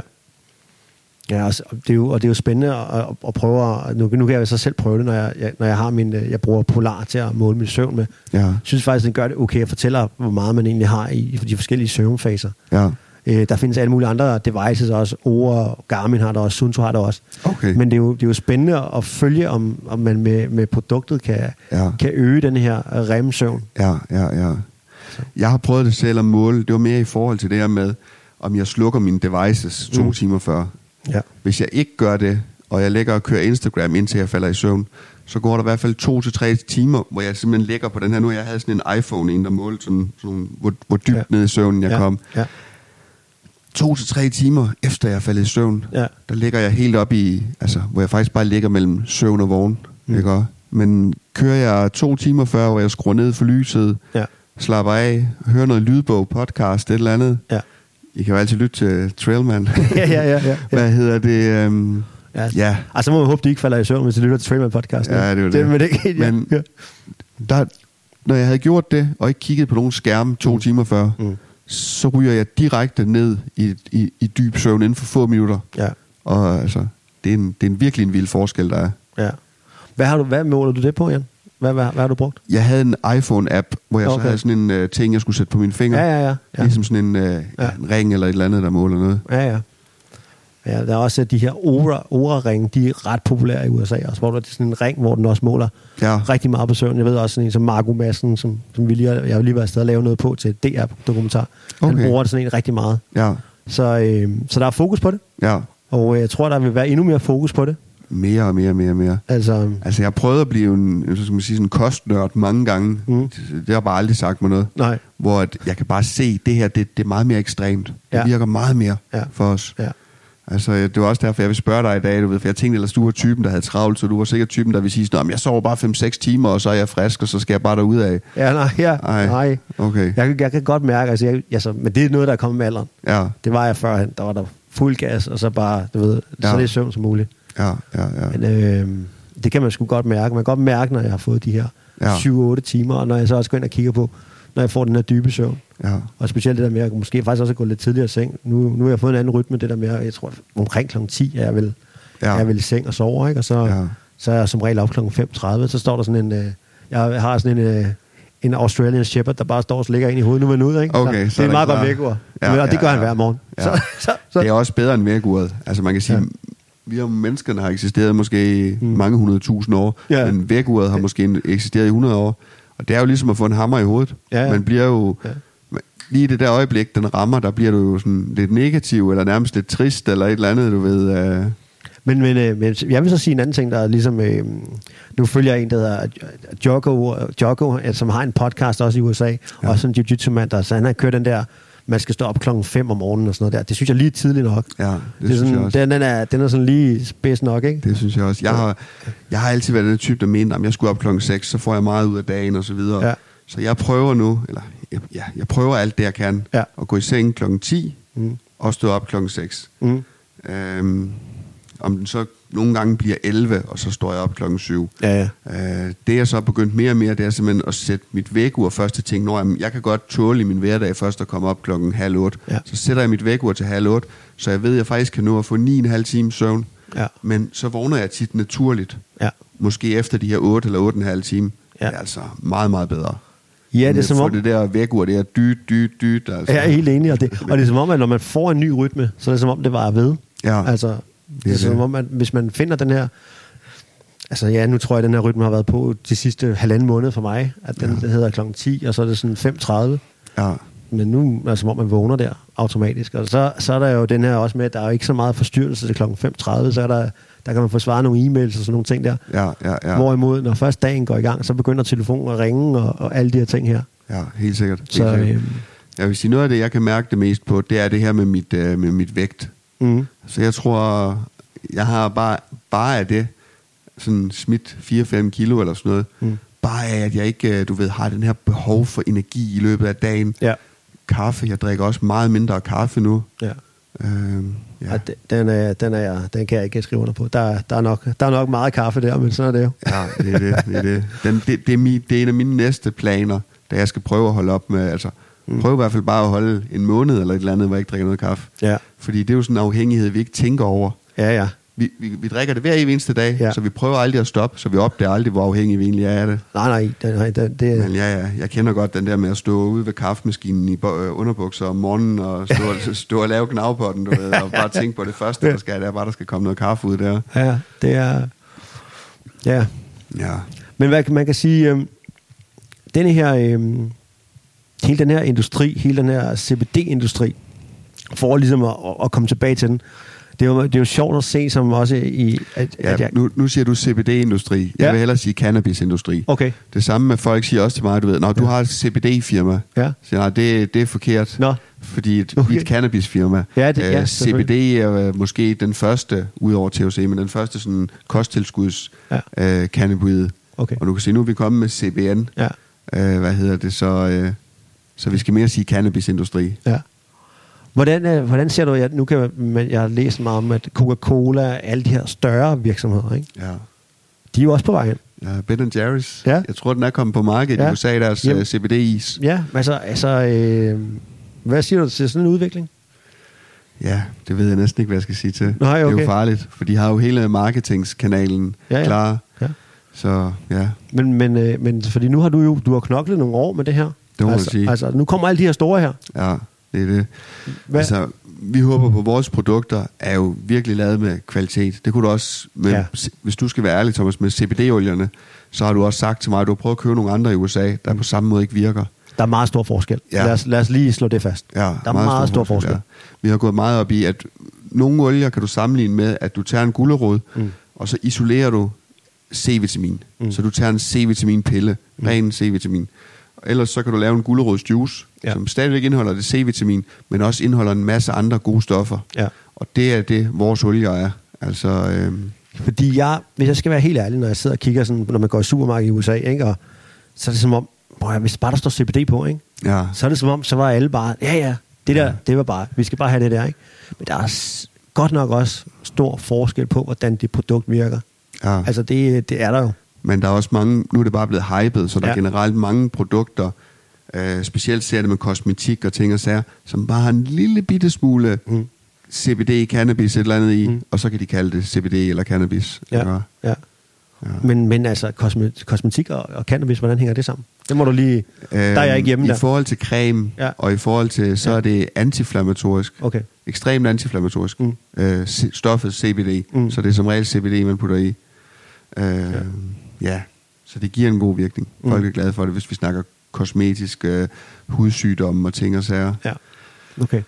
Ja, altså, det er jo, og det er jo spændende at, at prøve at, nu, nu kan jeg jo så selv prøve det, når jeg, jeg, når jeg har min, jeg bruger Polar til at måle min søvn med. Ja. Jeg synes faktisk, det gør det okay at fortælle, hvor meget man egentlig har i, i de forskellige søvnfaser. Ja. Øh, der findes alle mulige andre devices også. Oura, Garmin har der også, Sunto har der også.
Okay.
Men det er, jo, det er jo spændende at følge, om, om man med, med produktet kan, ja. kan øge den her rem-søvn.
Ja, ja, ja. Så. Jeg har prøvet det selv at måle. Det var mere i forhold til det her med, om jeg slukker mine devices to mm. timer før. Ja. Hvis jeg ikke gør det, og jeg lægger og kører Instagram, indtil jeg falder i søvn, så går der i hvert fald to til tre timer, hvor jeg simpelthen ligger på den her. Nu jeg havde sådan en iPhone, en der målte sådan, sådan hvor, hvor dybt ja. ned i søvnen jeg ja. kom. Ja. To til tre timer efter jeg faldet i søvn, ja. der ligger jeg helt op i, altså, hvor jeg faktisk bare ligger mellem søvn og vågen. Mm. Ikke? Men kører jeg to timer før, hvor jeg skruer ned for lyset, ja. slapper af, hører noget lydbog, podcast, et eller andet. Ja. I kan jo altid lytte til Trailman.
ja, ja, ja, ja.
Hvad hedder det? Um,
ja. ja. Altså må man håbe, de ikke falder i søvn, hvis de lytter til Trailman podcast.
Ja, det er det.
det, men det ja. Men
der, når jeg havde gjort det, og ikke kigget på nogen skærm to mm. timer før, mm. så ryger jeg direkte ned i, i, i dyb søvn inden for få minutter. Ja. Og altså, det er, en, det er en virkelig en vild forskel, der er.
Ja. Hvad, har du, hvad måler du det på, Jan? Hvad, hvad, hvad har du brugt?
Jeg havde en iPhone-app, hvor jeg okay. så havde sådan en uh, ting, jeg skulle sætte på mine fingre.
Ja, ja, ja. ja.
Ligesom sådan en, uh, ja. Ja, en ring eller et eller andet, der måler noget.
Ja, ja. Ja, der er også de her Oura-ringe, de er ret populære i U S A også, hvor der er sådan en ring, hvor den også måler ja. rigtig meget på søvn. Jeg ved også sådan en som Marco Madsen, som, som vi lige, jeg har lige været afsted og lave noget på til D R-dokumentar. Okay. Han bruger det sådan en rigtig meget. Ja. Så, øh, så der er fokus på det. Ja. Og øh, jeg tror, der vil være endnu mere fokus på det.
Mere og mere og mere og mere. Altså, altså jeg har prøvet at blive en, så skal man sige, sådan en kostnørd mange gange. Mm. Det har bare aldrig sagt mig noget. Nej. Hvor at jeg kan bare se, det her, det, det er meget mere ekstremt. Ja. Det virker meget mere ja. for os. Ja. Altså, det var også derfor, jeg vil spørge dig i dag, du ved, for jeg tænkte ellers, du var typen, der havde travlt, så du var sikkert typen, der ville sige sådan, jeg sover bare fem seks timer, og så er jeg frisk, og så skal jeg bare derud af.
Ja, nej, ja, Ej, nej.
Okay.
Jeg, jeg kan godt mærke, altså, jeg, altså, men det er noget, der er kommet med alderen. Ja. Det var jeg førhen, der var der fuld gas, og så bare, du ved, ja. så det er søvn som muligt.
Ja, ja, ja.
Men øh, det kan man sgu godt mærke. Man kan godt mærke, når jeg har fået de her ja. syv otte timer, og når jeg så også går ind og kigger på, når jeg får den her dybe søvn. Ja. Og specielt det der med, at jeg måske faktisk også gå lidt tidligere i seng. Nu, nu har jeg fået en anden rytme, det der med, jeg tror omkring klokken ti er jeg vel, ja. er jeg vel i seng og sover, ikke? Og så, ja. så er jeg som regel op klokken fem tredive, så står der sådan en, øh, jeg har sådan en, øh, en Australian Shepherd, der bare står og slikker ind i hovedet nu med ud, ikke?
Okay,
så, så det er meget godt vækkeur. Ja, og det gør ja, ja. han hver morgen. Ja. Så, så, så.
Det er også bedre end vækkeuret. Altså man kan sige, ja. vi om menneskerne har eksisteret måske mm. mange hundrede tusind år, ja. men vækkeuret har ja. måske eksisteret i hundrede år. Og det er jo ligesom at få en hammer i hovedet. Ja, ja. Man bliver jo... Ja. Lige i det der øjeblik, den rammer, der bliver du jo sådan lidt negativ, eller nærmest lidt trist, eller et eller andet, du ved... Uh...
Men, men, øh, men jeg vil så sige en anden ting, der er ligesom... Øh, nu følger jeg en, der hedder Jocko, Jocko, som har en podcast også i U S A, ja. også en jiu-jitsu-mand, der, så han har kørt den der... Man skal stå op klokken fem om morgenen og sådan noget der. Det synes jeg lige tidligt nok.
Ja, det,
det er
synes
sådan,
jeg også.
Den, den, er, den er sådan lige spids nok, ikke?
Det synes jeg også. Jeg har, jeg har altid været den type, der mener, at jeg skulle op klokken seks, så får jeg meget ud af dagen og så videre. Ja. Så jeg prøver nu, eller ja, jeg prøver alt det, jeg kan, ja. at gå i seng klokken ti, mm. og stå op klokken seks. Mm. Øhm, om den så nogle gange bliver elleve, og så står jeg op klokken syv.
Ja, ja.
Øh, det jeg så er begyndt mere og mere, det er simpelthen at sætte mit vækkeur først til ting. Når jeg, jeg kan godt tåle i min hverdag først at komme op klokken halv otte. Ja. Så sætter jeg mit vækkeur til halv otte, så jeg ved, at jeg faktisk kan nå at få ni og en halv time søvn. Ja. Men så vågner jeg tit naturligt. Ja. Måske efter de her otte eller otte og en halv time. Ja. Det er altså meget, meget bedre.
Ja, det er som om...
det der vækkeur, det er dyt, dyt, dyt. Altså.
Jeg er helt enig, og det, og det er som om, at når man får en ny rytme, så er det som om, det var ved. Ja. Altså, det er det. Som om, at hvis man finder den her... Altså ja, nu tror jeg, at den her rytme har været på de sidste halvanden måned for mig. At den, ja. den hedder klokken ti, og så er det sådan fem tredive. Ja. Men nu er det som om, man vågner der automatisk. Og så, så er der jo den her også med, at der er jo ikke så meget forstyrrelse til klokken fem tredive, så er der, der kan man få svaret nogle e-mails og sådan nogle ting der. Ja, ja, ja. Hvorimod, når først dagen går i gang, så begynder telefonen at ringe og, og alle de her ting her.
Ja, helt sikkert. Helt
så,
sikkert. Øh, jeg vil sige, noget af det, jeg kan mærke det mest på, det er det her med mit, øh, med mit vægt. Mm. Så jeg tror, jeg har bare, bare af det, sådan smidt fire til fem kilo eller sådan noget, mm. bare af, at jeg ikke, du ved, har den her behov for energi i løbet af dagen. Ja. Kaffe, jeg drikker også meget mindre kaffe nu. Ja. Øhm, ja.
Ja, den, er, den, er, den kan jeg ikke skrive under på. Der, der, er nok, der er nok meget kaffe der, men sådan er det jo.
Ja, det er det. Det er, det. Den, det, det, er, min, det er en af mine næste planer, da jeg skal prøve at holde op med, altså mm. prøve i hvert fald bare at holde en måned eller et eller andet, hvor jeg ikke drikker noget kaffe. Ja. Fordi det er jo sådan en afhængighed, vi ikke tænker over.
Ja, ja.
Vi, vi, vi drikker det hver eneste dag, ja. Så vi prøver aldrig at stoppe, så vi opdager aldrig, hvor afhængige vi egentlig er af det.
Nej, nej, det, nej det, det...
Men ja, ja, jeg kender godt den der med at stå ude ved kaffemaskinen i underbukser om morgenen, og stå, stå og lave knav på den, du ved, og bare tænke på det første, der skal, det er bare, der skal komme noget kaffe ud der.
Ja, det er... Ja. Ja. Men hvad man kan sige, øh, denne her, øh, hele den her industri, hele den her C B D-industri, for ligesom at, at komme tilbage til den, Det er, jo, det er jo sjovt at se, som også i... At,
ja,
at jeg...
nu, nu siger du C B D-industri. Jeg ja. vil hellere sige cannabisindustri.
Okay.
Det samme med folk siger også til mig, du ved, når du ja. har et C B D-firma, ja. så nej, det, det er forkert, Nå. fordi et, okay. et cannabisfirma. Ja, det, ja, uh, C B D er uh, måske den første, udover T H C, men den første sådan kosttilskuds ja. uh, cannabis. Okay. Og du kan se, nu er vi kommet med C B N. Ja. Uh, hvad hedder det så? Uh, så vi skal mere sige cannabisindustri. Ja.
Hvordan, hvordan ser du, at nu kan man, jeg har læst meget om, at Coca-Cola, alle de her større virksomheder, ikke? Ja. De er jo også på vej hen.
Ja, Ben and Jerry's. Ja. Jeg tror, den er kommet på markedet ja. i U S A, deres Jamen. C B D-is.
Ja, altså, altså øh, hvad siger du til sådan en udvikling?
Ja, det ved jeg næsten ikke, hvad jeg skal sige til.
Nej, okay.
Det er jo farligt, for de har jo hele marketingskanalen ja, ja. klar. Ja. Så, ja.
Men, men, øh, men fordi nu har du jo du har knoklet nogle år med det her.
Det må
altså,
sige.
Altså, nu kommer alle de her store her.
Ja. Det er det. Altså, vi håber på, vores produkter er jo virkelig lavet med kvalitet. Det kunne du også, med, ja. hvis du skal være ærlig, Thomas, med C B D-olierne, så har du også sagt til mig, at du har prøvet at købe nogle andre i U S A, der mm. på samme måde ikke virker.
Der er meget stor forskel. Ja. Lad, os, lad os lige slå det fast. Ja, der er meget, meget stor, stor forskel. forskel. Ja. Vi har gået meget op i, at nogle olier kan du sammenligne med, at du tager en gulerod, mm. og så isolerer du C-vitamin. Mm. Så du tager en C-vitaminpille, mm. ren C-vitamin. Ellers så kan du lave en gulerodsjuice, ja. som stadigvæk indeholder det C-vitamin, men også indeholder en masse andre gode stoffer. Ja. Og det er det, vores olier er. Altså, øhm. Fordi jeg, hvis jeg skal være helt ærlig, når jeg sidder og kigger, sådan, når man går i supermarkedet i U S A, ikke, og så er det som om, boy, hvis bare der står C B D på, ikke, ja. så er det som om, så var alle bare, ja ja, det der, ja. det var bare, vi skal bare have det der. Ikke? Men der er godt nok også stor forskel på, hvordan det produkt virker. Ja. Altså det, det er der jo.
Men der er også mange, nu er det bare blevet hypet, så der ja. er generelt mange produkter, øh, specielt ser det med kosmetik og ting og sager, som bare har en lille bitte smule mm. C B D, cannabis, et eller andet i, mm. og så kan de kalde det C B D eller cannabis.
Ja, ja. ja. Men, men altså, kosme, kosmetik og, og cannabis, hvordan hænger det sammen? Det må du lige... Øh, der er jeg ikke hjemme
I
der.
I forhold til creme, ja. og i forhold til, så ja. er det antiinflammatorisk. Okay. Ekstremt antiinflammatorisk. Mm. Øh, stoffet C B D, mm. så det er som regel C B D, man putter i. Øh, ja. Ja, så det giver en god virkning. Folk mm. er glade for det, hvis vi snakker kosmetisk øh, hudsygdomme og ting og sager. Ja,
okay.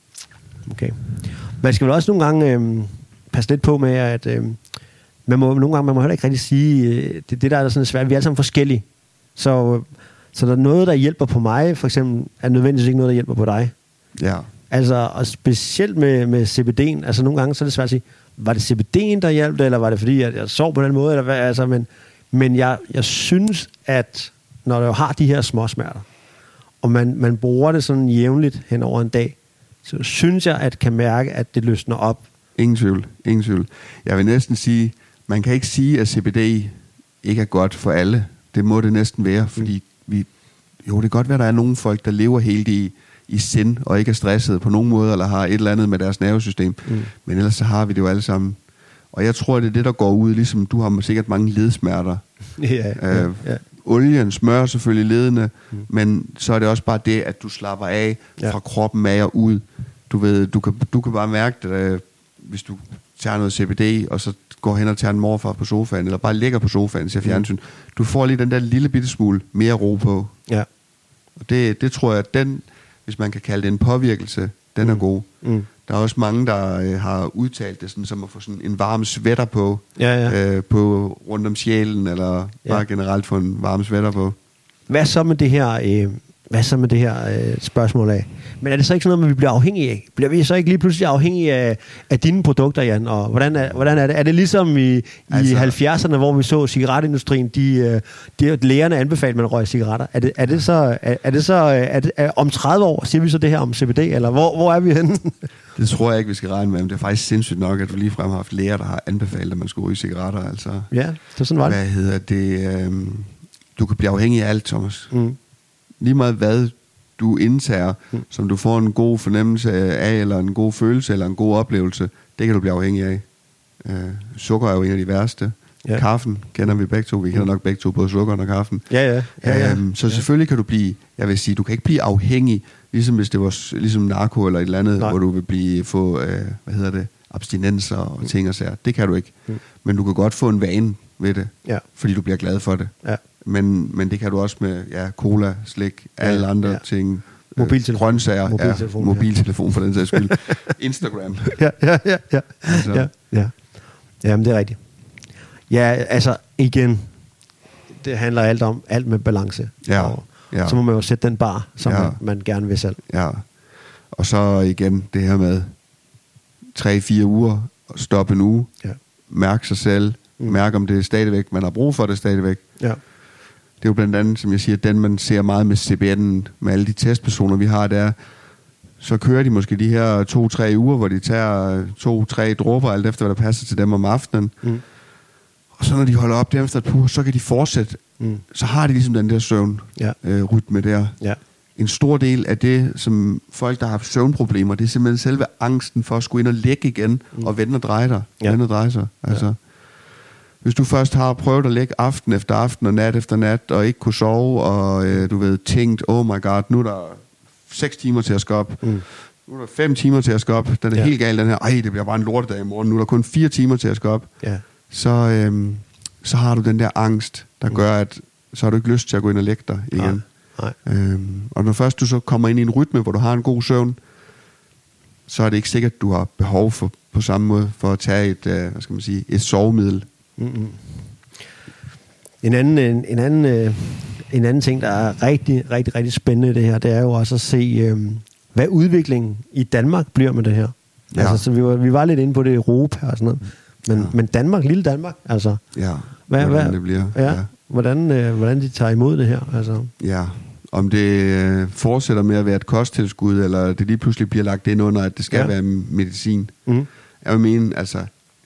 Okay. Man skal vel også nogle gange øh, passe lidt på med, at øh, man må, nogle gange man må heller ikke rigtig sige, øh, det, det der er sådan svært, vi er alle sammen forskellige. Så, så der er noget, der hjælper på mig, for eksempel, er nødvendigvis ikke noget, der hjælper på dig. Ja. Altså, og specielt med, med C B D'en, altså nogle gange så er det svært at sige, var det C B D'en, der hjalp det, eller var det fordi, at jeg sov på den måde, eller hvad, altså, men Men jeg, jeg synes, at når du har de her småsmerter, og man, man bruger det sådan jævnligt hen over en dag, så synes jeg, at kan mærke, at det løsner op.
Ingen tvivl. Ingen tvivl. Jeg vil næsten sige, man kan ikke sige, at C B D ikke er godt for alle. Det må det næsten være, fordi vi, jo, det kan godt være, at der er nogle folk, der lever helt i, i sind, og ikke er stresset på nogen måde, eller har et eller andet med deres nervesystem. Mm. Men ellers så har vi det jo alle sammen. Og jeg tror, det er det, der går ud, ligesom du har sikkert mange ledsmerter.
Ja, ja,
øh,
ja.
Olien smører selvfølgelig ledene, mm. men så er det også bare det, at du slapper af ja. fra kroppen af og ud. Du ved, du kan, du kan bare mærke det, øh, hvis du tager noget C B D, og så går hen og tager en morfar på sofaen, eller bare ligger på sofaen og ser fjernsyn. Mm. Du får lige den der lille bitte smule mere ro på.
Ja.
Og det, det tror jeg, at den, hvis man kan kalde det en påvirkelse, den mm. er god. Mm. Der er også mange, der øh, har udtalt det sådan, som at få sådan en varm sweater på,
ja, ja.
Øh, på rundt om sjælen, eller
ja.
bare generelt få en varm sweater på.
Hvad så med det her, øh, hvad så med det her øh, spørgsmål af? Men er det så ikke sådan noget, vi bliver afhængige af? Bliver vi så ikke lige pludselig afhængige af, af dine produkter, Jan? Og hvordan er, hvordan er det? Er det ligesom i, altså, i halvfjerdserne, hvor vi så cigaretindustrien, de, de lægerne anbefalede, at man røg cigaretter? Er det, er det så, er, er det så er det, er, om tredive år, siger vi så det her om C B D, eller hvor, hvor er vi henne? Det
tror jeg ikke, vi skal regne med, men det er faktisk sindssygt nok, at du ligefrem har haft læger, der har anbefalet, at man skulle ryge cigaretter. Altså,
ja, det er sådan var det.
Hvad hedder det? Øh, du kan blive afhængig af alt, Thomas. Mm. Lige meget hvad du indtager, mm. som du får en god fornemmelse af, eller en god følelse, eller en god oplevelse, det kan du blive afhængig af. Øh, sukker er jo en af de værste. Ja. Kaffen kender vi begge to. Vi kender nok begge to, både sukkeren og kaffen.
Ja, ja. ja, ja.
Øhm, så selvfølgelig kan du blive, jeg vil sige, du kan ikke blive afhængig, ligesom hvis det var ligesom narko eller et eller andet, Nej. hvor du vil blive, få, øh, hvad hedder det, abstinenser og mm. ting og sager. Det kan du ikke. Mm. Men du kan godt få en vane ved det, ja. fordi du bliver glad for det. Ja. Men, men det kan du også med ja, cola, slik, ja, alle andre ja. ting.
Mobiltelefon.
Grøntsager.
Mobiltelefon,
ja, mobiltelefon for den sags skyld. Instagram.
ja, ja, ja. ja. Altså. ja, ja. Jamen, det er rigtigt. Ja, altså igen, det handler alt om, alt med balance.
Ja,
og
ja.
så må man jo sætte den bar, som
ja.
man, man gerne vil selv.
Ja, og så igen det her med tre-fire uger, stoppe en uge, ja. mærke sig selv, mm. mærke om det er stadigvæk, man har brug for det stadigvæk. Ja. Det er jo blandt andet, som jeg siger, den man ser meget med C B N'en, med alle de testpersoner, vi har der, så kører de måske de her to-tre uger, hvor de tager to-tre dråber, alt efter hvad der passer til dem om aftenen. Mm. Og så når de holder op der efter et par uger, så kan de fortsætte. Mm. Så har de ligesom den der søvn ja. øh, rytme der. Ja. En stor del af det, som folk, der har haft søvnproblemer, det er simpelthen selve angsten for at skulle ind og ligge igen, mm. og vende og dreje dig. Ja. Vende og dreje sig. Altså, ja. Hvis du først har prøvet at ligge aften efter aften og nat efter nat, og ikke kunne sove, og øh, du ved, tænkt, oh my god, nu er der seks timer til at skal op. Mm. Nu er der fem timer til at skal op. Den er ja. helt gal, den her. Ej, det bliver bare en lortedag i morgen. Nu er der kun fire timer til at skal op. Ja. Så, øhm, så har du den der angst, der mm. gør, at så har du ikke lyst til at gå ind og lægge dig igen. Nej. Nej. Øhm, og når først du så kommer ind i en rytme, hvor du har en god søvn, så er det ikke sikkert, at du har behov for på samme måde for at tage et, øh, hvad skal man sige, et sovemiddel. Mm-hmm.
En anden, en, en anden, øh, en anden ting, der er rigtig, rigtig, rigtig spændende i det her, det er jo også at se, øh, hvad udviklingen i Danmark bliver med det her. Ja. Altså, så vi var, vi var lidt inde på det i Europa og sådan noget. Men, ja. men Danmark, lille Danmark, altså.
Ja,
hvad,
hvordan
hvad,
det bliver.
Ja, ja. Hvordan, øh, hvordan de tager imod det her, altså.
Ja, om det øh, fortsætter med at være et kosttilskud, eller det lige pludselig bliver lagt ind under, at det skal ja. være medicin. Mm. Jeg vil mene, altså,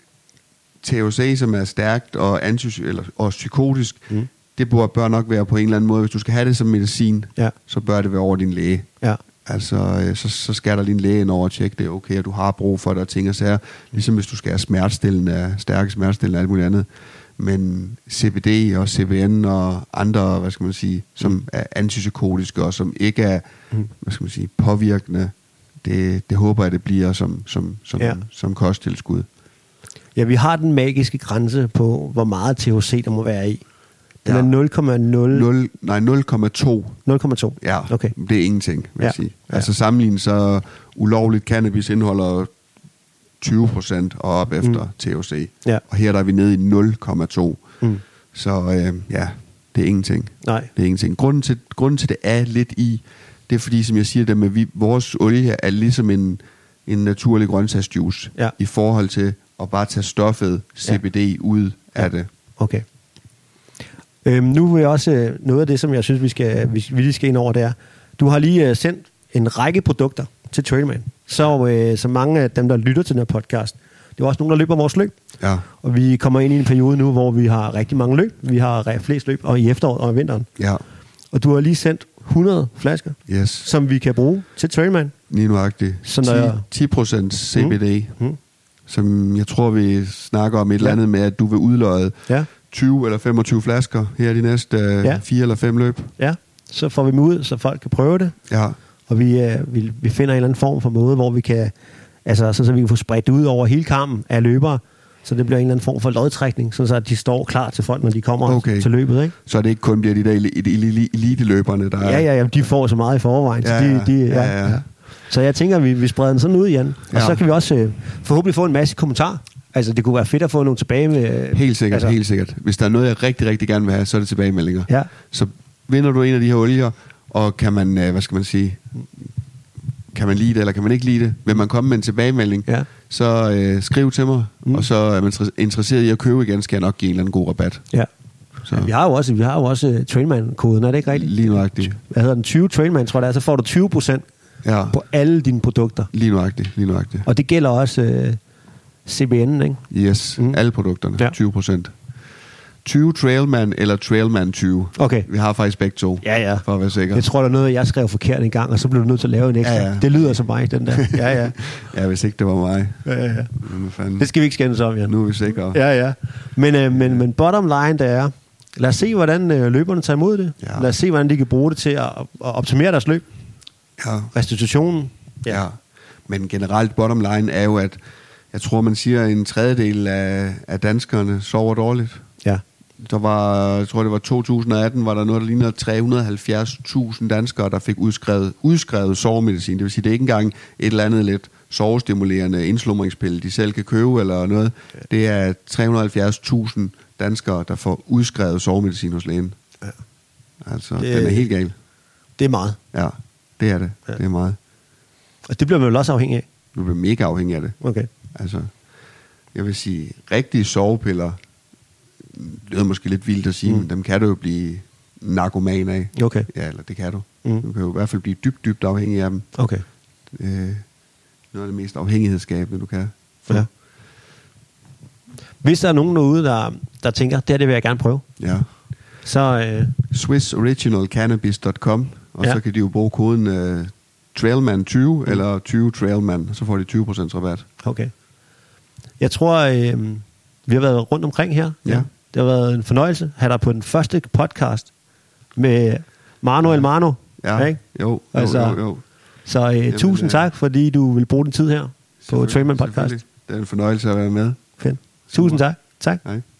T H C, som er stærkt og, anti- eller, og psykotisk, mm. det bør, bør nok være på en eller anden måde. Hvis du skal have det som medicin, ja. så bør det være over din læge. Ja. Altså, så, så skal der lige en læge ind over og tjekke det, okay, at du har brug for det og ting og sager. Ligesom hvis du skal have smertestillende, stærke smertestillende og alt muligt andet. Men C B D og C B N og andre, hvad skal man sige, som mm. er antipsykotiske og som ikke er, mm. hvad skal man sige, påvirkende, det, det håber jeg, det bliver som, som, som, ja. som kosttilskud.
Ja, vi har den magiske grænse på, hvor meget T H C der må være i. Den ja. er nul komma nul
Nej, nul komma to
nul komma to
Ja,
okay.
Det er ingenting, vil
ja.
jeg sige. Altså sammenlignet så ulovligt cannabis indeholder tyve procent og op efter mm. T H C. Ja. Og her der er vi nede i nul komma to Mm. Så øh, ja, det er ingenting.
Nej.
Det er ingenting. Grunden til, grunden til det er lidt i, det er fordi, som jeg siger, det med, vi, vores olie er ligesom en, en naturlig grøntsagsjuice ja. i forhold til at bare tage stoffet C B D ja. ud af ja. det.
Okay. Øhm, nu vil jeg også, noget af det, som jeg synes, vi skal, vi, vi lige skal ind over, det er, du har lige uh, sendt en række produkter til Trailman, så, øh, så mange af dem, der lytter til den her podcast, det er også nogen, der løber vores løb.
Ja.
Og vi kommer ind i en periode nu, hvor vi har rigtig mange løb. Vi har flest løb og i efteråret og i vinteren.
Ja. Og
du har lige sendt hundrede flasker,
yes.
som vi kan bruge til Trailman.
Lige nuagtigt. ti procent C B D, mm. Mm. som jeg tror, vi snakker om et ja. eller andet med, at du vil udløje ja. tyve eller femogtyve flasker her de næste ja. fire eller fem løb.
Ja, så får vi dem ud, så folk kan prøve det.
Ja.
Og vi, øh, vi, vi finder en eller anden form for måde, hvor vi kan, altså så, så vi kan få spredt det ud over hele kampen af løbere, så det bliver en eller anden form for lodtrækning, så at de står klar til folk, når de kommer okay. til løbet, ikke?
Så det ikke kun bliver de der elite-løberne, der er...
Ja, ja, ja, de får så meget i forvejen.
Ja,
så, de, de,
ja, ja, ja.
så jeg tænker, vi, vi spreder den sådan ud, Jan. Og ja. så kan vi også øh, forhåbentlig få en masse kommentarer. Altså, det kunne være fedt at få nogle tilbage med...
Helt sikkert, altså. helt sikkert. Hvis der er noget, jeg rigtig, rigtig gerne vil have, så er det tilbagemeldinger. Ja. Så vinder du en af de her olier, og kan man, øh, hvad skal man sige... Kan man lide det, eller kan man ikke lide det? Vil man komme med en tilbagemelding, ja. så øh, skriv til mig, mm. og så er man interesseret i at købe igen, skal jeg nok give en eller anden god rabat. Ja. Så. Ja, vi har jo også, vi har jo også uh, Trailman-koden, er det ikke rigtigt? Lige nuagtigt.
Hvad hedder den? tyve Trailman, tror jeg det er, så får du tyve procent ja. på alle dine produkter.
Lige nuagtigt, lige nuagtigt.
Og det gælder også uh, C B N'en, ikke?
Yes, mm. alle produkterne, ja. tyve procent. tyve Trailman eller Trailman tyve. Okay. Vi har faktisk begge to,
ja, ja.
for at være sikker.
Jeg tror, der er noget, jeg skrev forkert en gang, og så blev du nødt til at lave en ekstra. Ja, ja. Det lyder som mig, den der. Ja, ja.
ja, hvis ikke det var mig.
Ja, ja. Det skal vi ikke skændes om, Jan.
Nu er vi sikre.
Ja, ja. Men, øh, men, men bottom line, det er, lad os se, hvordan øh, løberne tager imod det. Ja. Lad os se, hvordan de kan bruge det til at, at optimere deres løb.
Ja.
Restitutionen.
Ja. ja. Men generelt bottom line er jo, at jeg tror, man siger, at en tredjedel af, af danskerne sover dårligt. Ja. Der var, jeg tror det var to tusind atten, var der noget, der ligner tre hundrede og halvfjerds tusind danskere, der fik udskrevet, udskrevet sovemedicin. Det vil sige, det er ikke engang et eller andet lidt sovestimulerende indslumringspille, de selv kan købe eller noget. Det er tre hundrede og halvfjerds tusind danskere, der får udskrevet sovemedicin hos lægen. Ja. Altså, det, den er helt gal.
Det er meget.
Ja, det er det. Ja. Det er meget.
Og det bliver man vel også afhængig af?
Du bliver mega afhængig af det.
Okay.
Altså, jeg vil sige, rigtige sovepiller, det er måske lidt vildt at sige, mm. men dem kan du jo blive narkoman af. Okay. Ja, eller det kan du. Mm. Du kan jo i hvert fald blive dybt, dybt afhængig af dem. Okay. Øh, noget af det mest afhængighedsskabende, du kan få. Ja.
Hvis der er nogen derude, der, der tænker, det her det vil jeg gerne prøve.
Ja.
Så... Øh...
swiss original cannabis punktum com og ja. så kan de jo bruge koden øh, Trailman tyve mm. eller tyve Trailman, så får de tyve procent rabat. Okay. Jeg tror, øh, vi har været rundt omkring her. Ja. Det har været en fornøjelse at have dig på den første podcast med Manuel Mano. Ja, ikke? Jo,
altså,
jo, jo, jo.
Så øh, Jamen, tusind ja. tak, fordi du vil bruge din tid her på Trailman Podcast.
Det er en fornøjelse at være med.
Fedt. Tusind tak. Tak.
Hej.